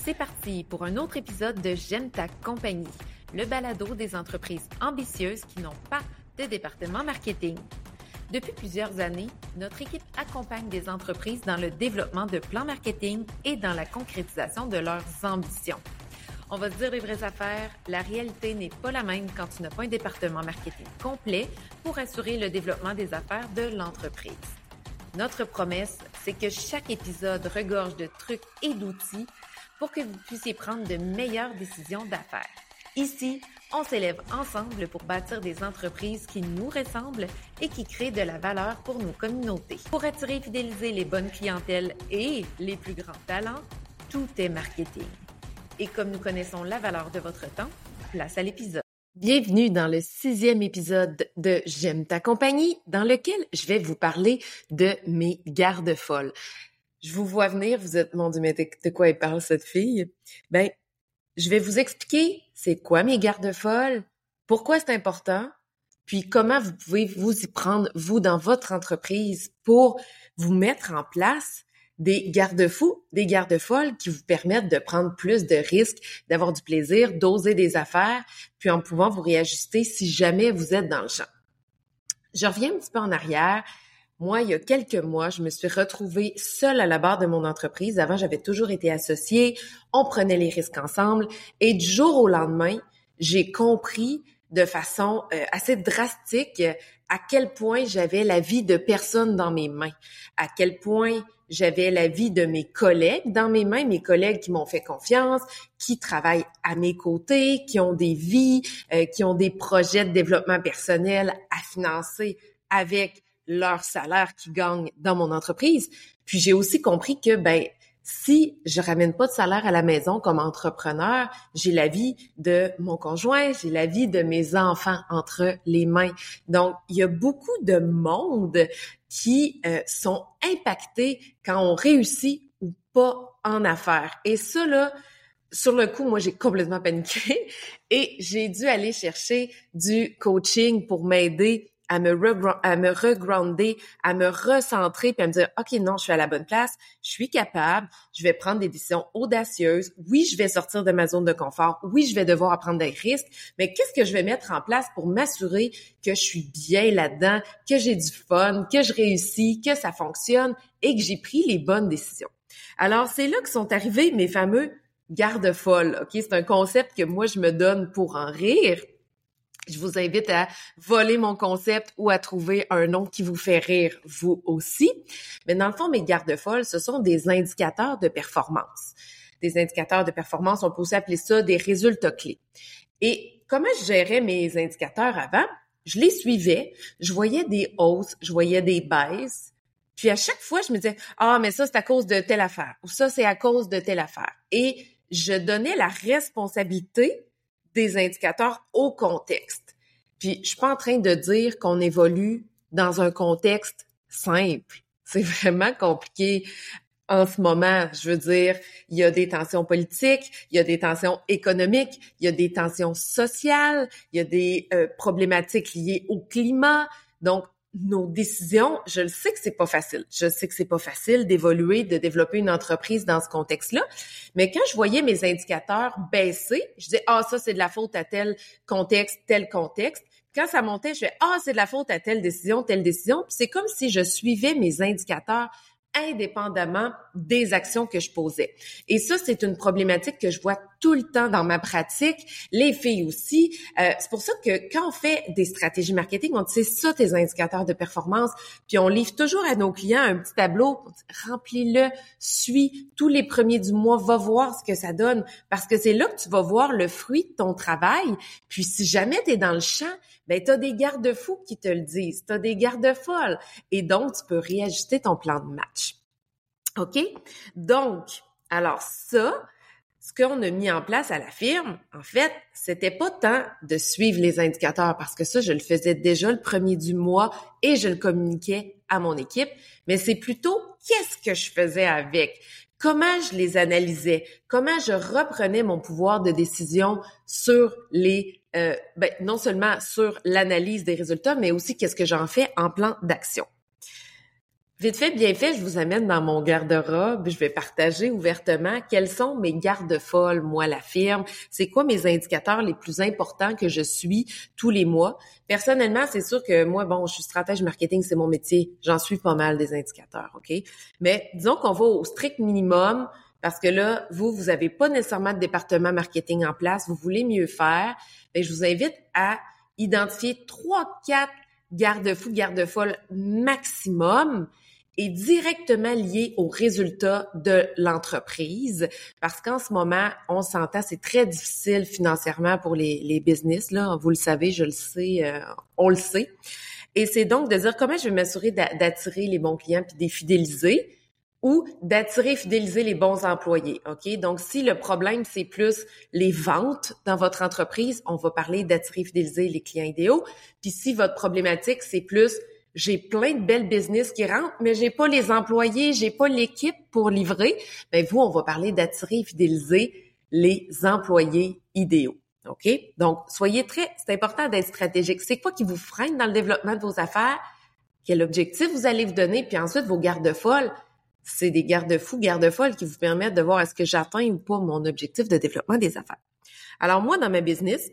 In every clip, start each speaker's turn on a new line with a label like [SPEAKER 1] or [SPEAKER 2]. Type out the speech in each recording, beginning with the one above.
[SPEAKER 1] C'est parti pour un autre épisode de J'aime ta compagnie, le balado des entreprises ambitieuses qui n'ont pas de département marketing. Depuis plusieurs années, notre équipe accompagne des entreprises dans le développement de plans marketing et dans la concrétisation de leurs ambitions. On va se dire les vraies affaires, la réalité n'est pas la même quand tu n'as pas un département marketing complet pour assurer le développement des affaires de l'entreprise. Notre promesse, c'est que chaque épisode regorge de trucs et d'outils pour que vous puissiez prendre de meilleures décisions d'affaires. Ici, on s'élève ensemble pour bâtir des entreprises qui nous ressemblent et qui créent de la valeur pour nos communautés. Pour attirer et fidéliser les bonnes clientèles et les plus grands talents, tout est marketing. Et comme nous connaissons la valeur de votre temps, place à l'épisode. Bienvenue dans le 6e épisode de J'aime ta compagnie, dans lequel je vais vous parler de mes garde-folles. Je vous vois venir, vous êtes, mon Dieu, mais de quoi elle parle cette fille? Je vais vous expliquer c'est quoi mes garde-folles, pourquoi c'est important, puis comment vous pouvez vous y prendre, vous, dans votre entreprise, pour vous mettre en place des garde-fous, des garde-folles qui vous permettent de prendre plus de risques, d'avoir du plaisir, d'oser des affaires, puis en pouvant vous réajuster si jamais vous êtes dans le champ. Je reviens un petit peu en arrière. Moi, il y a quelques mois, je me suis retrouvée seule à la barre de mon entreprise. Avant, j'avais toujours été associée. On prenait les risques ensemble. Et du jour au lendemain, j'ai compris de façon assez drastique à quel point j'avais la vie de personne dans mes mains, à quel point j'avais la vie de mes collègues dans mes mains, mes collègues qui m'ont fait confiance, qui travaillent à mes côtés, qui ont des vies, qui ont des projets de développement personnel à financer avec leur salaire qu'ils gagnent dans mon entreprise. Puis j'ai aussi compris que si je ramène pas de salaire à la maison comme entrepreneur, j'ai la vie de mon conjoint, j'ai la vie de mes enfants entre les mains. Donc, il y a beaucoup de monde qui sont impactés quand on réussit ou pas en affaires. Et ça, là, sur le coup, moi, j'ai complètement paniqué et j'ai dû aller chercher du coaching pour m'aider à me regrounder, à me recentrer, puis à me dire, OK, non, je suis à la bonne place, je suis capable, je vais prendre des décisions audacieuses. Oui, je vais sortir de ma zone de confort. Oui, je vais devoir prendre des risques, mais qu'est-ce que je vais mettre en place pour m'assurer que je suis bien là-dedans, que j'ai du fun, que je réussis, que ça fonctionne et que j'ai pris les bonnes décisions. Alors, c'est là que sont arrivés mes fameux garde-folles. OK, c'est un concept que moi, je me donne pour en rire. Je vous invite à voler mon concept ou à trouver un nom qui vous fait rire, vous aussi. Mais dans le fond, mes garde-folles, ce sont des indicateurs de performance. Des indicateurs de performance, on peut aussi appeler ça des résultats clés. Et comment je gérais mes indicateurs avant? Je les suivais, je voyais des hausses, je voyais des baisses. Puis à chaque fois, je me disais, mais ça, c'est à cause de telle affaire, ou ça, c'est à cause de telle affaire. Et je donnais la responsabilité des indicateurs au contexte. Puis, je suis pas en train de dire qu'on évolue dans un contexte simple. C'est vraiment compliqué en ce moment. Je veux dire, il y a des tensions politiques, il y a des tensions économiques, il y a des tensions sociales, il y a des problématiques liées au climat. Donc, nos décisions, je le sais que c'est pas facile. Je sais que c'est pas facile d'évoluer, de développer une entreprise dans ce contexte-là. Mais quand je voyais mes indicateurs baisser, je disais, ça, c'est de la faute à tel contexte, tel contexte. Quand ça montait, je fais, c'est de la faute à telle décision, telle décision. Puis c'est comme si je suivais mes indicateurs indépendamment des actions que je posais. Et ça, c'est une problématique que je vois tout le temps dans ma pratique, les filles aussi. C'est pour ça que quand on fait des stratégies marketing, on dit c'est ça tes indicateurs de performance, puis on livre toujours à nos clients un petit tableau, on dit, remplis-le, suis tous les premiers du mois, va voir ce que ça donne, parce que c'est là que tu vas voir le fruit de ton travail. Puis si jamais tu es dans le champ, tu as des garde-fous qui te le disent, tu as des garde-folles, et donc tu peux réajuster ton plan de match. OK? Donc, alors ça, ce qu'on a mis en place à la firme, en fait, c'était pas tant de suivre les indicateurs parce que ça, je le faisais déjà le premier du mois et je le communiquais à mon équipe, mais c'est plutôt qu'est-ce que je faisais avec, comment je les analysais, comment je reprenais mon pouvoir de décision sur non seulement sur l'analyse des résultats, mais aussi qu'est-ce que j'en fais en plan d'action. Vite fait, bien fait, je vous amène dans mon garde-robe. Je vais partager ouvertement quels sont mes garde-folles, moi, la firme. C'est quoi mes indicateurs les plus importants que je suis tous les mois. Personnellement, c'est sûr que moi, je suis stratège marketing, c'est mon métier. J'en suis pas mal des indicateurs, OK? Mais disons qu'on va au strict minimum parce que là, vous avez pas nécessairement de département marketing en place. Vous voulez mieux faire. Bien, je vous invite à identifier 3-4 garde-fous, garde-folles maximum est directement lié aux résultats de l'entreprise parce qu'en ce moment, on s'entend, c'est très difficile financièrement pour les business, là. Vous le savez, je le sais, on le sait. Et c'est donc de dire comment je vais m'assurer d'attirer les bons clients puis de les fidéliser ou d'attirer et fidéliser les bons employés, OK? Donc, si le problème, c'est plus les ventes dans votre entreprise, on va parler d'attirer et fidéliser les clients idéaux. Puis si votre problématique, c'est plus j'ai plein de belles business qui rentrent, mais j'ai pas les employés, j'ai pas l'équipe pour livrer, bien vous, on va parler d'attirer et fidéliser les employés idéaux. OK? Donc, c'est important d'être stratégique. C'est quoi qui vous freine dans le développement de vos affaires? Quel objectif vous allez vous donner? Puis ensuite, vos garde-folles, c'est des garde-fous, garde-folles qui vous permettent de voir est-ce que j'atteins ou pas mon objectif de développement des affaires. Alors moi, dans ma business,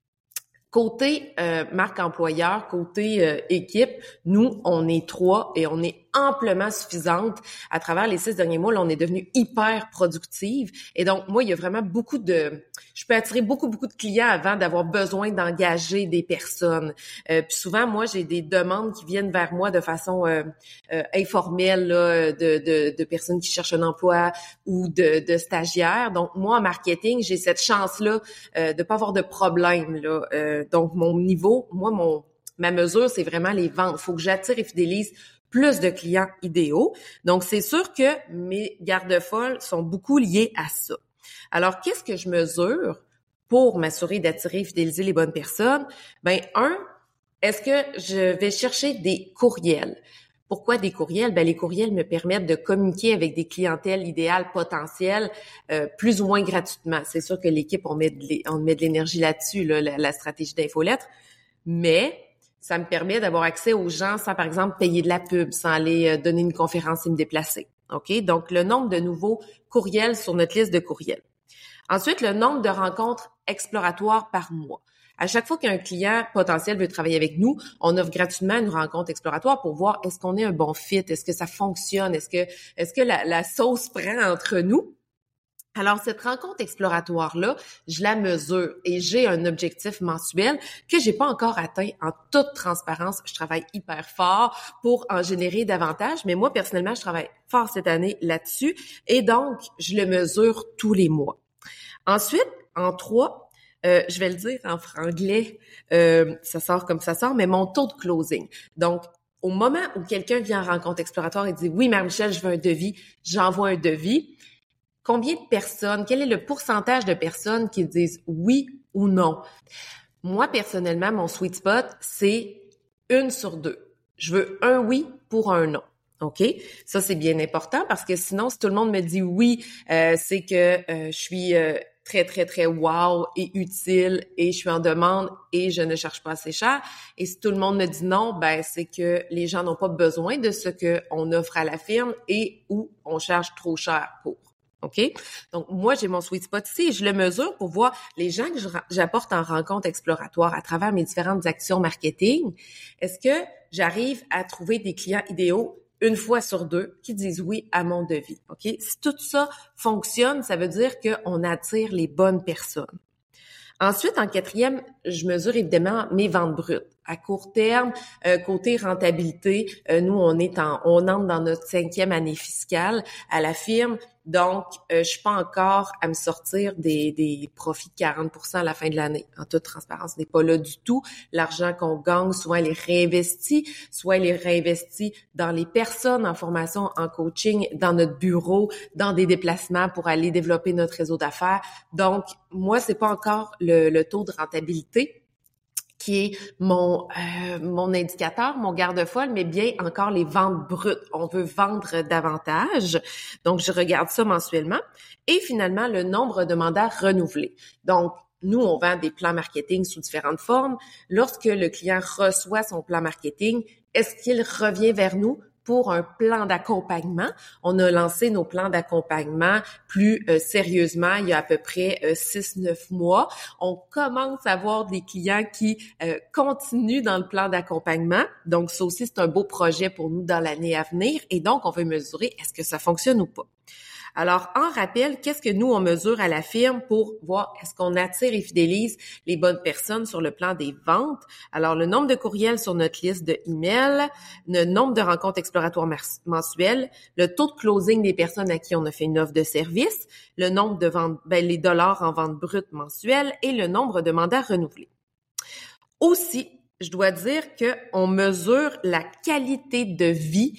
[SPEAKER 1] côté marque employeur, côté équipe, nous, on est 3 et on est amplement suffisante. À travers les 6 derniers mois, là, on est devenu hyper productive. Et donc, moi, il y a vraiment je peux attirer beaucoup de clients avant d'avoir besoin d'engager des personnes. Puis souvent, moi, j'ai des demandes qui viennent vers moi de façon informelle, là, de personnes qui cherchent un emploi ou de stagiaires. Donc, moi, en marketing, j'ai cette chance-là de pas avoir de problème, là. Donc, ma mesure, c'est vraiment les ventes. Il faut que j'attire et fidélise plus de clients idéaux. Donc, c'est sûr que mes garde-folles sont beaucoup liés à ça. Alors, qu'est-ce que je mesure pour m'assurer d'attirer et fidéliser les bonnes personnes? Ben, est-ce que je vais chercher des courriels? Pourquoi des courriels? Ben, les courriels me permettent de communiquer avec des clientèles idéales potentielles plus ou moins gratuitement. C'est sûr que l'équipe, on met de l'énergie là-dessus, là, la stratégie d'infolettre, mais ça me permet d'avoir accès aux gens sans, par exemple, payer de la pub, sans aller donner une conférence et me déplacer. OK? Donc, le nombre de nouveaux courriels sur notre liste de courriels. Ensuite, le nombre de rencontres exploratoires par mois. À chaque fois qu'un client potentiel veut travailler avec nous, on offre gratuitement une rencontre exploratoire pour voir est-ce qu'on est un bon fit, est-ce que ça fonctionne, est-ce que la sauce prend entre nous. Alors, cette rencontre exploratoire-là, je la mesure et j'ai un objectif mensuel que j'ai pas encore atteint en toute transparence. Je travaille hyper fort pour en générer davantage, mais moi, personnellement, je travaille fort cette année là-dessus et donc, je le mesure tous les mois. Ensuite, en 3, je vais le dire en franglais, ça sort comme ça sort, mais mon taux de closing. Donc, au moment où quelqu'un vient en rencontre exploratoire et dit « Oui, Marie-Michel, je veux un devis », j'envoie un devis. Combien de personnes, quel est le pourcentage de personnes qui disent oui ou non? Moi, personnellement, mon sweet spot, c'est 1 sur 2. Je veux un oui pour un non. OK? Ça, c'est bien important parce que sinon, si tout le monde me dit oui, c'est que je suis très, très, très wow et utile et je suis en demande et je ne cherche pas assez cher. Et si tout le monde me dit non, ben c'est que les gens n'ont pas besoin de ce qu'on offre à la firme et ou on charge trop cher pour. OK? Donc, moi, j'ai mon sweet spot ici et je le mesure pour voir les gens que j'apporte en rencontre exploratoire à travers mes différentes actions marketing. Est-ce que j'arrive à trouver des clients idéaux 1 fois sur 2 qui disent oui à mon devis? OK? Si tout ça fonctionne, ça veut dire qu'on attire les bonnes personnes. Ensuite, en 4e, je mesure évidemment mes ventes brutes. À court terme, côté rentabilité, nous, on entre dans notre 5e année fiscale à la firme. Donc, je suis pas encore à me sortir des profits de 40% à la fin de l'année. En toute transparence, ce n'est pas là du tout. L'argent qu'on gagne, soit il est réinvesti, soit il est réinvesti dans les personnes en formation, en coaching, dans notre bureau, dans des déplacements pour aller développer notre réseau d'affaires. Donc, moi, c'est pas encore le taux de rentabilité qui est mon indicateur, mon garde-folle, mais bien encore les ventes brutes. On veut vendre davantage. Donc, je regarde ça mensuellement. Et finalement, le nombre de mandats renouvelés. Donc, nous, on vend des plans marketing sous différentes formes. Lorsque le client reçoit son plan marketing, est-ce qu'il revient vers nous
[SPEAKER 2] pour un plan d'accompagnement. On a lancé nos plans d'accompagnement plus sérieusement il y a à peu près 6-9 mois. On commence à avoir des clients qui continuent dans le plan d'accompagnement. Donc, ça aussi, c'est un beau projet pour nous dans l'année à venir. Et donc, on veut mesurer est-ce que ça fonctionne ou pas. Alors, en rappel, qu'est-ce que nous, on mesure à la firme pour voir est-ce qu'on attire et fidélise les bonnes personnes sur le plan des ventes? Alors, le nombre de courriels sur notre liste de emails, le nombre de rencontres exploratoires mensuelles, le taux de closing des personnes à qui on a fait une offre de service, le nombre de ventes, les dollars en vente brute mensuelle et le nombre de mandats renouvelés. Aussi, je dois dire qu'on mesure la qualité de vie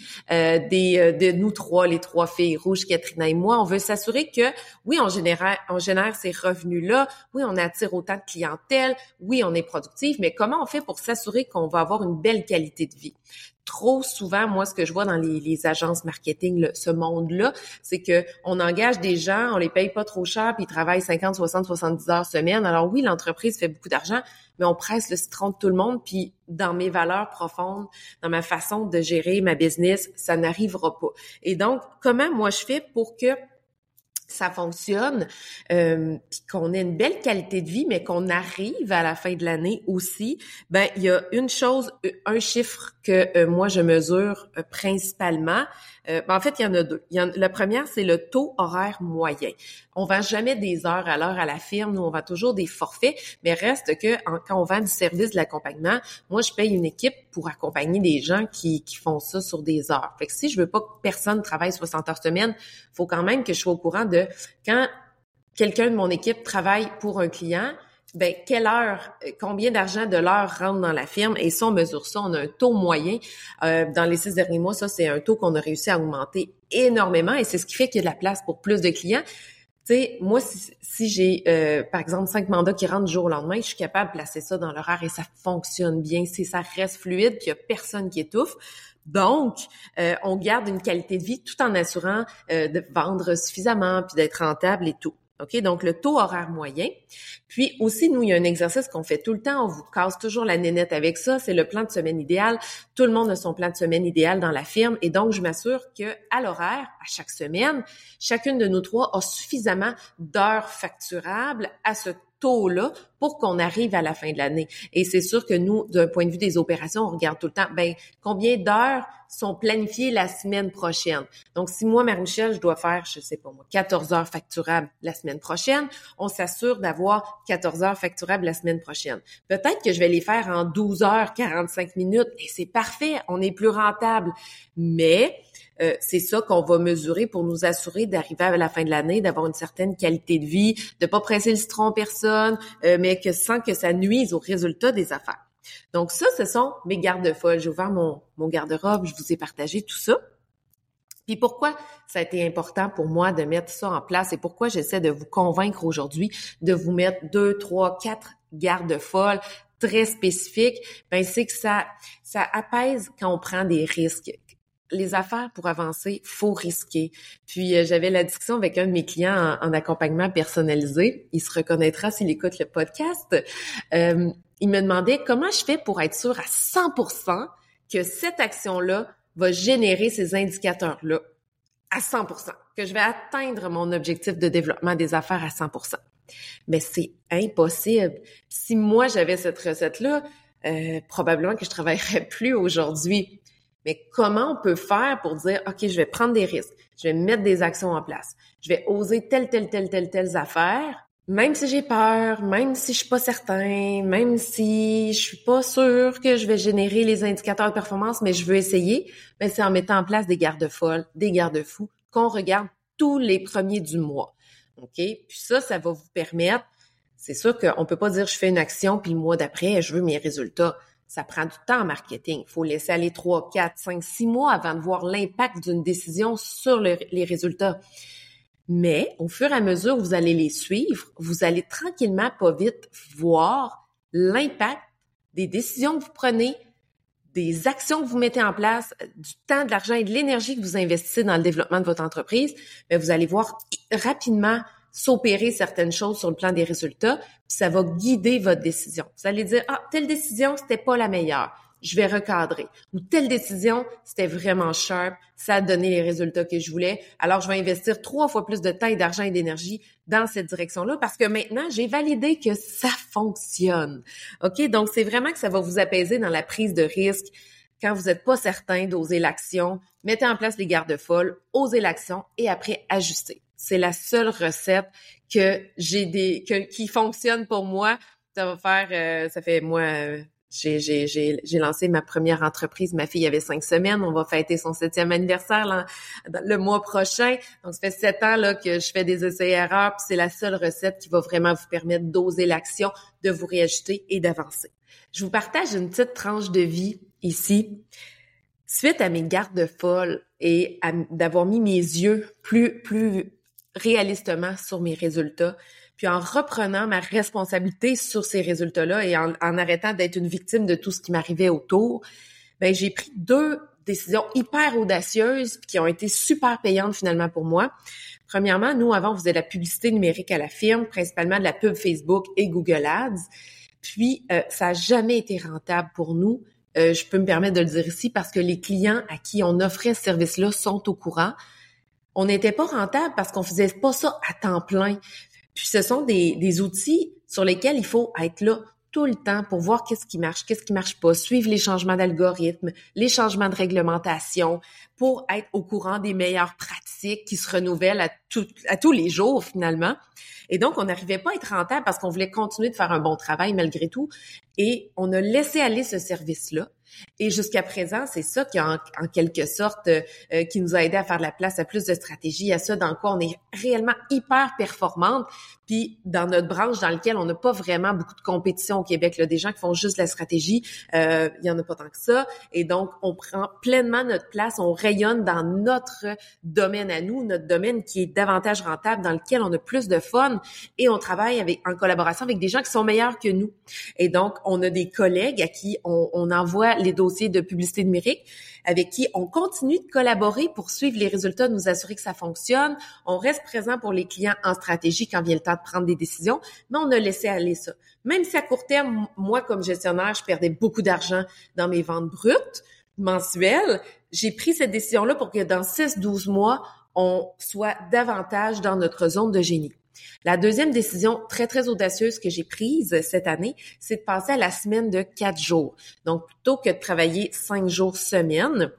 [SPEAKER 2] de nous trois, les trois filles rouges, Katrina et moi. On veut s'assurer que, oui, on génère ces revenus-là, oui, on attire autant de clientèle, oui, on est productif, mais comment on fait pour s'assurer qu'on va avoir une belle qualité de vie? Trop souvent, moi, ce que je vois dans les agences marketing, ce monde-là, c'est que on engage des gens, on les paye pas trop cher, puis ils travaillent 50, 60, 70 heures semaine. Alors oui, l'entreprise fait beaucoup d'argent, mais on presse le citron de tout le monde, puis dans mes valeurs profondes, dans ma façon de gérer ma business, ça n'arrivera pas. Et donc, comment moi je fais pour que ça fonctionne, puis qu'on ait une belle qualité de vie, mais qu'on arrive à la fin de l'année aussi, il y a une chose, un chiffre que moi je mesure principalement. En fait, il y en a deux. La première, c'est le taux horaire moyen. On vend jamais des heures à l'heure à la firme, nous on vend toujours des forfaits, mais reste que quand on vend du service de l'accompagnement, moi je paye une équipe pour accompagner des gens qui font ça sur des heures. Fait que si je veux pas que personne travaille 60 heures semaine, faut quand même que je sois au courant de quand quelqu'un de mon équipe travaille pour un client, quelle heure, combien d'argent de l'heure rentre dans la firme, et ça, on mesure ça, on a un taux moyen. Dans les 6 derniers mois, ça, c'est un taux qu'on a réussi à augmenter énormément, et c'est ce qui fait qu'il y a de la place pour plus de clients. Tu sais, moi, si j'ai, par exemple, 5 mandats qui rentrent du jour au lendemain, je suis capable de placer ça dans l'horaire et ça fonctionne bien. Ça reste fluide, puis il n'y a personne qui étouffe. Donc, on garde une qualité de vie tout en assurant de vendre suffisamment puis d'être rentable et tout. OK? Donc, le taux horaire moyen. Puis aussi, nous, il y a un exercice qu'on fait tout le temps. On vous casse toujours la nénette avec ça. C'est le plan de semaine idéal. Tout le monde a son plan de semaine idéal dans la firme. Et donc, je m'assure qu'à l'horaire, à chaque semaine, chacune de nous trois a suffisamment d'heures facturables à ce taux-là pour qu'on arrive à la fin de l'année. Et c'est sûr que nous, d'un point de vue des opérations, on regarde tout le temps, combien d'heures sont planifiées la semaine prochaine. Donc, si moi, Marie-Michel, je dois faire, 14 heures facturables la semaine prochaine, on s'assure d'avoir 14 heures facturables la semaine prochaine. Peut-être que je vais les faire en 12 heures 45 minutes et c'est parfait, on est plus rentable. Mais c'est ça qu'on va mesurer pour nous assurer d'arriver à la fin de l'année, d'avoir une certaine qualité de vie, de pas presser le citron personne, mais sans que ça nuise aux résultats des affaires. Donc ça, ce sont mes garde-folles. J'ai ouvert mon garde-robe, je vous ai partagé tout ça. Puis pourquoi ça a été important pour moi de mettre ça en place et pourquoi j'essaie de vous convaincre aujourd'hui de vous mettre 2, 3, 4 garde-folles très spécifiques, c'est que ça apaise quand on prend des risques. Les affaires, pour avancer, faut risquer. Puis, j'avais la discussion avec un de mes clients en accompagnement personnalisé. Il se reconnaîtra s'il écoute le podcast. Il me demandait comment je fais pour être sûr à 100% que cette action-là va générer ces indicateurs-là à 100%, que je vais atteindre mon objectif de développement des affaires à 100%. Mais c'est impossible. Si moi, j'avais cette recette-là, probablement que je travaillerais plus aujourd'hui. Mais comment on peut faire pour dire, OK, je vais prendre des risques, je vais mettre des actions en place, je vais oser telles affaires, même si j'ai peur, même si je suis pas certain, même si je suis pas sûre que je vais générer les indicateurs de performance, mais je veux essayer, c'est en mettant en place des garde-folles, des garde-fous qu'on regarde tous les premiers du mois. OK? Puis ça va vous permettre, c'est sûr qu'on peut pas dire je fais une action puis le mois d'après, je veux mes résultats. Ça prend du temps en marketing. Il faut laisser aller 3, 4, 5, 6 mois avant de voir l'impact d'une décision sur les résultats. Mais au fur et à mesure où vous allez les suivre, vous allez tranquillement, pas vite, voir l'impact des décisions que vous prenez, des actions que vous mettez en place, du temps, de l'argent et de l'énergie que vous investissez dans le développement de votre entreprise. Mais vous allez voir rapidement s'opérer certaines choses sur le plan des résultats, puis ça va guider votre décision. Vous allez dire, telle décision, c'était pas la meilleure. je vais recadrer. Ou telle décision, c'était vraiment sharp, ça a donné les résultats que je voulais. Alors, je vais investir 3 fois plus de temps et d'argent et d'énergie dans cette direction-là parce que maintenant, j'ai validé que ça fonctionne. OK? Donc, c'est vraiment que ça va vous apaiser dans la prise de risque. Quand vous n'êtes pas certain d'oser l'action, mettez en place les garde-fous, osez l'action et après, ajustez. C'est la seule recette que qui fonctionne pour moi. Ça va faire, ça fait moi, j'ai lancé ma première entreprise. Ma fille avait 5 semaines. On va fêter son 7e anniversaire le mois prochain. Donc, ça fait 7 ans là que je fais des essais-erreurs. Puis c'est la seule recette qui va vraiment vous permettre d'oser l'action, de vous réajuster et d'avancer. Je vous partage une petite tranche de vie ici. Suite à mes garde-folles et d'avoir mis mes yeux plus réalistement sur mes résultats, puis en reprenant ma responsabilité sur ces résultats-là et en arrêtant d'être une victime de tout ce qui m'arrivait autour, ben j'ai pris 2 décisions hyper audacieuses qui ont été super payantes finalement pour moi. Premièrement, nous, avant, on faisait de la publicité numérique à la firme, principalement de la pub Facebook et Google Ads. Puis, ça n'a jamais été rentable pour nous. Je peux me permettre de le dire ici parce que les clients à qui on offrait ce service-là sont au courant. On n'était pas rentable parce qu'on faisait pas ça à temps plein. Puis ce sont des outils sur lesquels il faut être là tout le temps pour voir qu'est-ce qui marche pas, suivre les changements d'algorithmes, les changements de réglementation, pour être au courant des meilleures pratiques qui se renouvellent à tous les jours finalement. Et donc, on n'arrivait pas à être rentable parce qu'on voulait continuer de faire un bon travail malgré tout. Et on a laissé aller ce service-là. Et jusqu'à présent, c'est ça qui a en quelque sorte qui nous a aidé à faire de la place à plus de stratégies, à ça dans quoi on est réellement hyper performante. Puis dans notre branche dans laquelle on n'a pas vraiment beaucoup de compétition au Québec, là, des gens qui font juste de la stratégie, il y en a pas tant que ça. Et donc, on prend pleinement notre place, on rayonne dans notre domaine à nous, notre domaine qui est davantage rentable, dans lequel on a plus de fun et on travaille en collaboration avec des gens qui sont meilleurs que nous. Et donc, on a des collègues à qui on envoie les dossiers de publicité numérique, avec qui on continue de collaborer pour suivre les résultats, nous assurer que ça fonctionne. On reste présent pour les clients en stratégie quand vient le temps de prendre des décisions, mais on a laissé aller ça. Même si à court terme, moi, comme gestionnaire, je perdais beaucoup d'argent dans mes ventes brutes mensuelles, j'ai pris cette décision-là pour que dans 6-12 mois, on soit davantage dans notre zone de génie. La deuxième décision très, très audacieuse que j'ai prise cette année, c'est de passer à la semaine de 4 jours. Donc, plutôt que de travailler 5 jours semaine,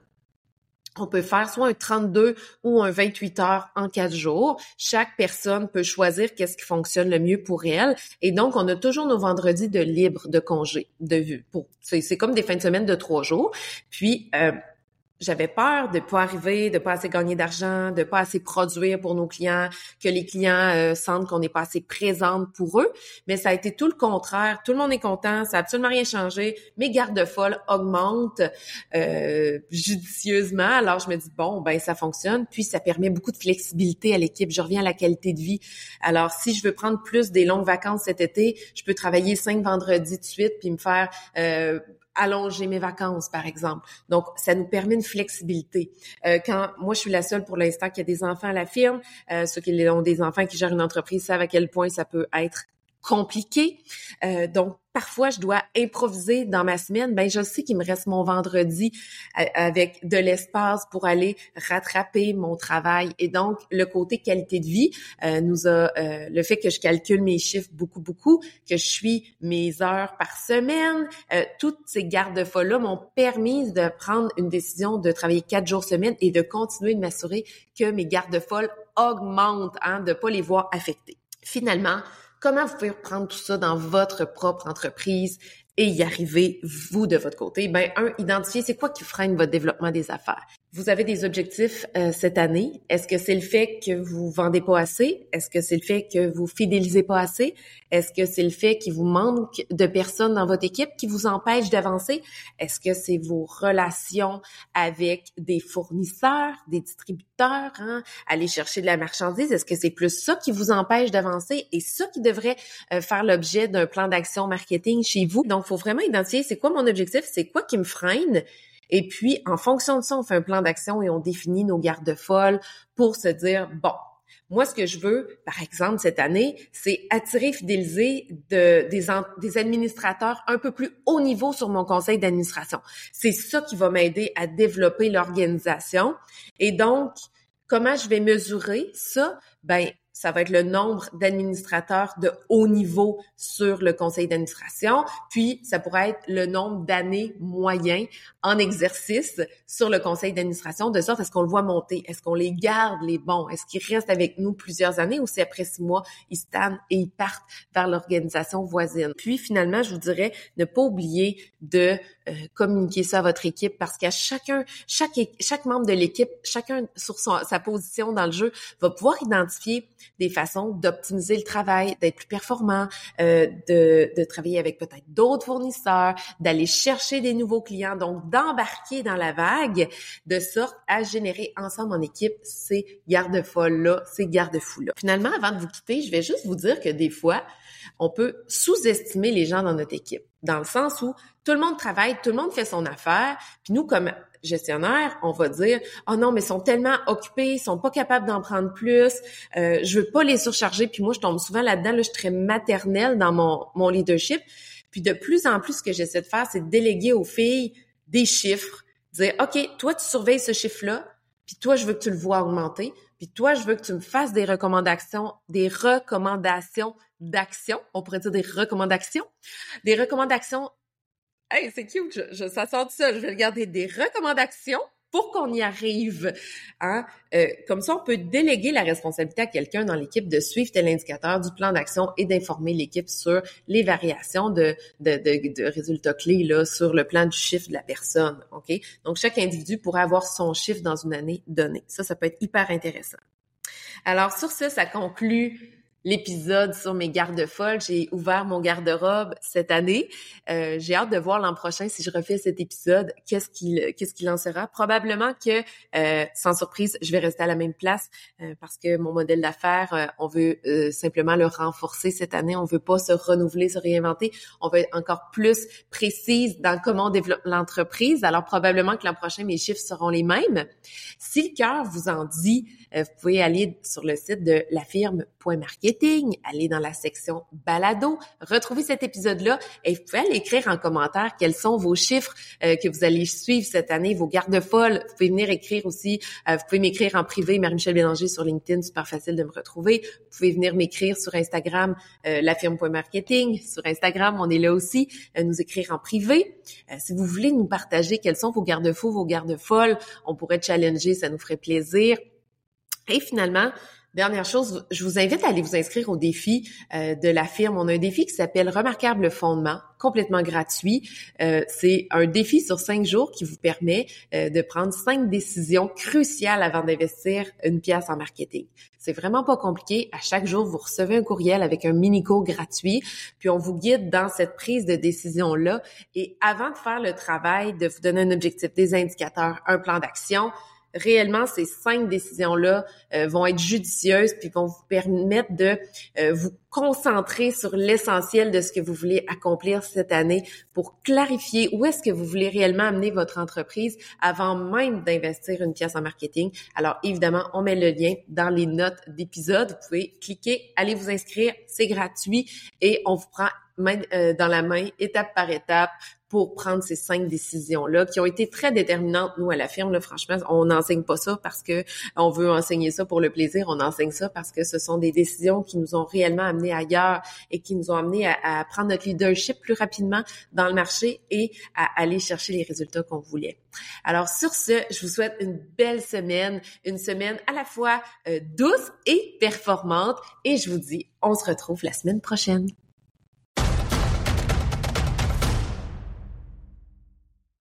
[SPEAKER 2] on peut faire soit un 32 ou un 28 heures en 4 jours. Chaque personne peut choisir qu'est-ce qui fonctionne le mieux pour elle. Et donc, on a toujours nos vendredis de libre, de congé, de vue. C'est comme des fins de semaine de 3 jours. Puis, j'avais peur de pas arriver, de pas assez gagner d'argent, de pas assez produire pour nos clients, que les clients sentent qu'on n'est pas assez présente pour eux. Mais ça a été tout le contraire. Tout le monde est content, ça a absolument rien changé. Mes garde-folles augmentent judicieusement. Alors, je me dis, bon, ben ça fonctionne. Puis, ça permet beaucoup de flexibilité à l'équipe. Je reviens à la qualité de vie. Alors, si je veux prendre plus des longues vacances cet été, je peux travailler 5 vendredis de suite puis me faire allonger mes vacances, par exemple. Donc, ça nous permet une flexibilité. Quand moi, je suis la seule pour l'instant qui a des enfants à la firme, ceux qui ont des enfants qui gèrent une entreprise savent à quel point ça peut être compliqué. Donc, parfois, je dois improviser dans ma semaine. Ben, je sais qu'il me reste mon vendredi avec de l'espace pour aller rattraper mon travail. Et donc, le côté qualité de vie le fait que je calcule mes chiffres beaucoup, que je suis mes heures par semaine, toutes ces garde-fous-là m'ont permis de prendre une décision de travailler 4 jours semaine et de continuer de m'assurer que mes garde-fous augmentent, de pas les voir affectés. Finalement, comment vous pouvez prendre tout ça dans votre propre entreprise et y arriver, vous, de votre côté? Ben, identifier c'est quoi qui freine votre développement des affaires. Vous avez des objectifs cette année. Est-ce que c'est le fait que vous vendez pas assez? Est-ce que c'est le fait que vous fidélisez pas assez? Est-ce que c'est le fait qu'il vous manque de personnes dans votre équipe qui vous empêchent d'avancer? Est-ce que c'est vos relations avec des fournisseurs, des distributeurs, aller chercher de la marchandise? Est-ce que c'est plus ça qui vous empêche d'avancer et ça qui devrait faire l'objet d'un plan d'action marketing chez vous? Donc, il faut vraiment identifier c'est quoi mon objectif, c'est quoi qui me freine. Et puis, en fonction de ça, on fait un plan d'action et on définit nos garde-folles pour se dire, bon, Moi, ce que je veux, par exemple, cette année, c'est attirer, fidéliser des administrateurs un peu plus haut niveau sur mon conseil d'administration. C'est ça qui va m'aider à développer l'organisation. Et donc, comment je vais mesurer ça? Ben, ça va être le nombre d'administrateurs de haut niveau sur le conseil d'administration, puis ça pourrait être le nombre d'années moyens en exercice sur le conseil d'administration, de sorte à ce qu'on le voit monter. Est-ce qu'on les garde, les bons? Est-ce qu'ils restent avec nous plusieurs années ou si après 6 mois, ils stagnent et ils partent vers l'organisation voisine? Puis finalement, je vous dirais, ne pas oublier de communiquer ça à votre équipe parce qu'à chaque membre de l'équipe, chacun sur sa position dans le jeu, va pouvoir identifier des façons d'optimiser le travail, d'être plus performant, de travailler avec peut-être d'autres fournisseurs, d'aller chercher des nouveaux clients, donc d'embarquer dans la vague de sorte à générer ensemble en équipe ces garde-folles-là, ces garde-fous-là. Finalement, avant de vous quitter, je vais juste vous dire que des fois, on peut sous-estimer les gens dans notre équipe, dans le sens où tout le monde travaille, tout le monde fait son affaire, puis nous, comme gestionnaire, on va dire « Oh non, mais ils sont tellement occupés, ils sont pas capables d'en prendre plus, je veux pas les surcharger. » Puis moi, je tombe souvent là-dedans, là, je suis très maternelle dans mon leadership. Puis de plus en plus, ce que j'essaie de faire, c'est de déléguer aux filles des chiffres, dire « OK, toi, tu surveilles ce chiffre-là, puis toi, je veux que tu le vois augmenter, puis toi, je veux que tu me fasses des recommandations d'action, on pourrait dire des recommandations hey, c'est cute, ça sort de ça. Je vais regarder des recommandations pour qu'on y arrive. Hein? Comme ça, on peut déléguer la responsabilité à quelqu'un dans l'équipe de suivre tel indicateur du plan d'action et d'informer l'équipe sur les variations de résultats clés là sur le plan du chiffre de la personne. Ok. Donc, chaque individu pourrait avoir son chiffre dans une année donnée. Ça peut être hyper intéressant. Alors, sur ça conclut l'épisode sur mes garde-folles. J'ai ouvert mon garde-robe cette année. J'ai hâte de voir l'an prochain si je refais cet épisode. Qu'est-ce qu'il en sera? Probablement que, sans surprise, je vais rester à la même place parce que mon modèle d'affaires, on veut simplement le renforcer cette année. On veut pas se renouveler, se réinventer. On veut être encore plus précise dans comment on développe l'entreprise. Alors, probablement que l'an prochain, mes chiffres seront les mêmes. Si le cœur vous en dit, vous pouvez aller sur le site de lafirme.marketing, aller dans la section balado, retrouver cet épisode-là et vous pouvez aller écrire en commentaire quels sont vos chiffres que vous allez suivre cette année, vos garde-folles. Vous pouvez venir écrire aussi, vous pouvez m'écrire en privé, Marie-Michel Bélanger sur LinkedIn, super facile de me retrouver. Vous pouvez venir m'écrire sur Instagram, lafirme.marketing. Sur Instagram, on est là aussi, nous écrire en privé. Si vous voulez nous partager quels sont vos garde-fous, vos garde-folles, on pourrait challenger, ça nous ferait plaisir. Et finalement, dernière chose, je vous invite à aller vous inscrire au défi de la firme. On a un défi qui s'appelle Remarquable Fondement, complètement gratuit. C'est un défi sur 5 jours qui vous permet de prendre 5 décisions cruciales avant d'investir une pièce en marketing. C'est vraiment pas compliqué. À chaque jour, vous recevez un courriel avec un mini-cours gratuit, puis on vous guide dans cette prise de décision-là. Et avant de faire le travail, de vous donner un objectif, des indicateurs, un plan d'action, réellement, ces 5 décisions-là vont être judicieuses puis vont vous permettre de vous concentrer sur l'essentiel de ce que vous voulez accomplir cette année pour clarifier où est-ce que vous voulez réellement amener votre entreprise avant même d'investir une pièce en marketing. Alors, évidemment, on met le lien dans les notes d'épisode. Vous pouvez cliquer, allez vous inscrire, c'est gratuit et on vous prend dans la main, étape par étape, pour prendre ces 5 décisions-là qui ont été très déterminantes, nous, à la firme. Là, franchement, on n'enseigne pas ça parce que on veut enseigner ça pour le plaisir. On enseigne ça parce que ce sont des décisions qui nous ont réellement amenés ailleurs et qui nous ont amenés à prendre notre leadership plus rapidement dans le marché et à aller chercher les résultats qu'on voulait. Alors, sur ce, je vous souhaite une belle semaine, une semaine à la fois douce et performante et je vous dis, on se retrouve la semaine prochaine.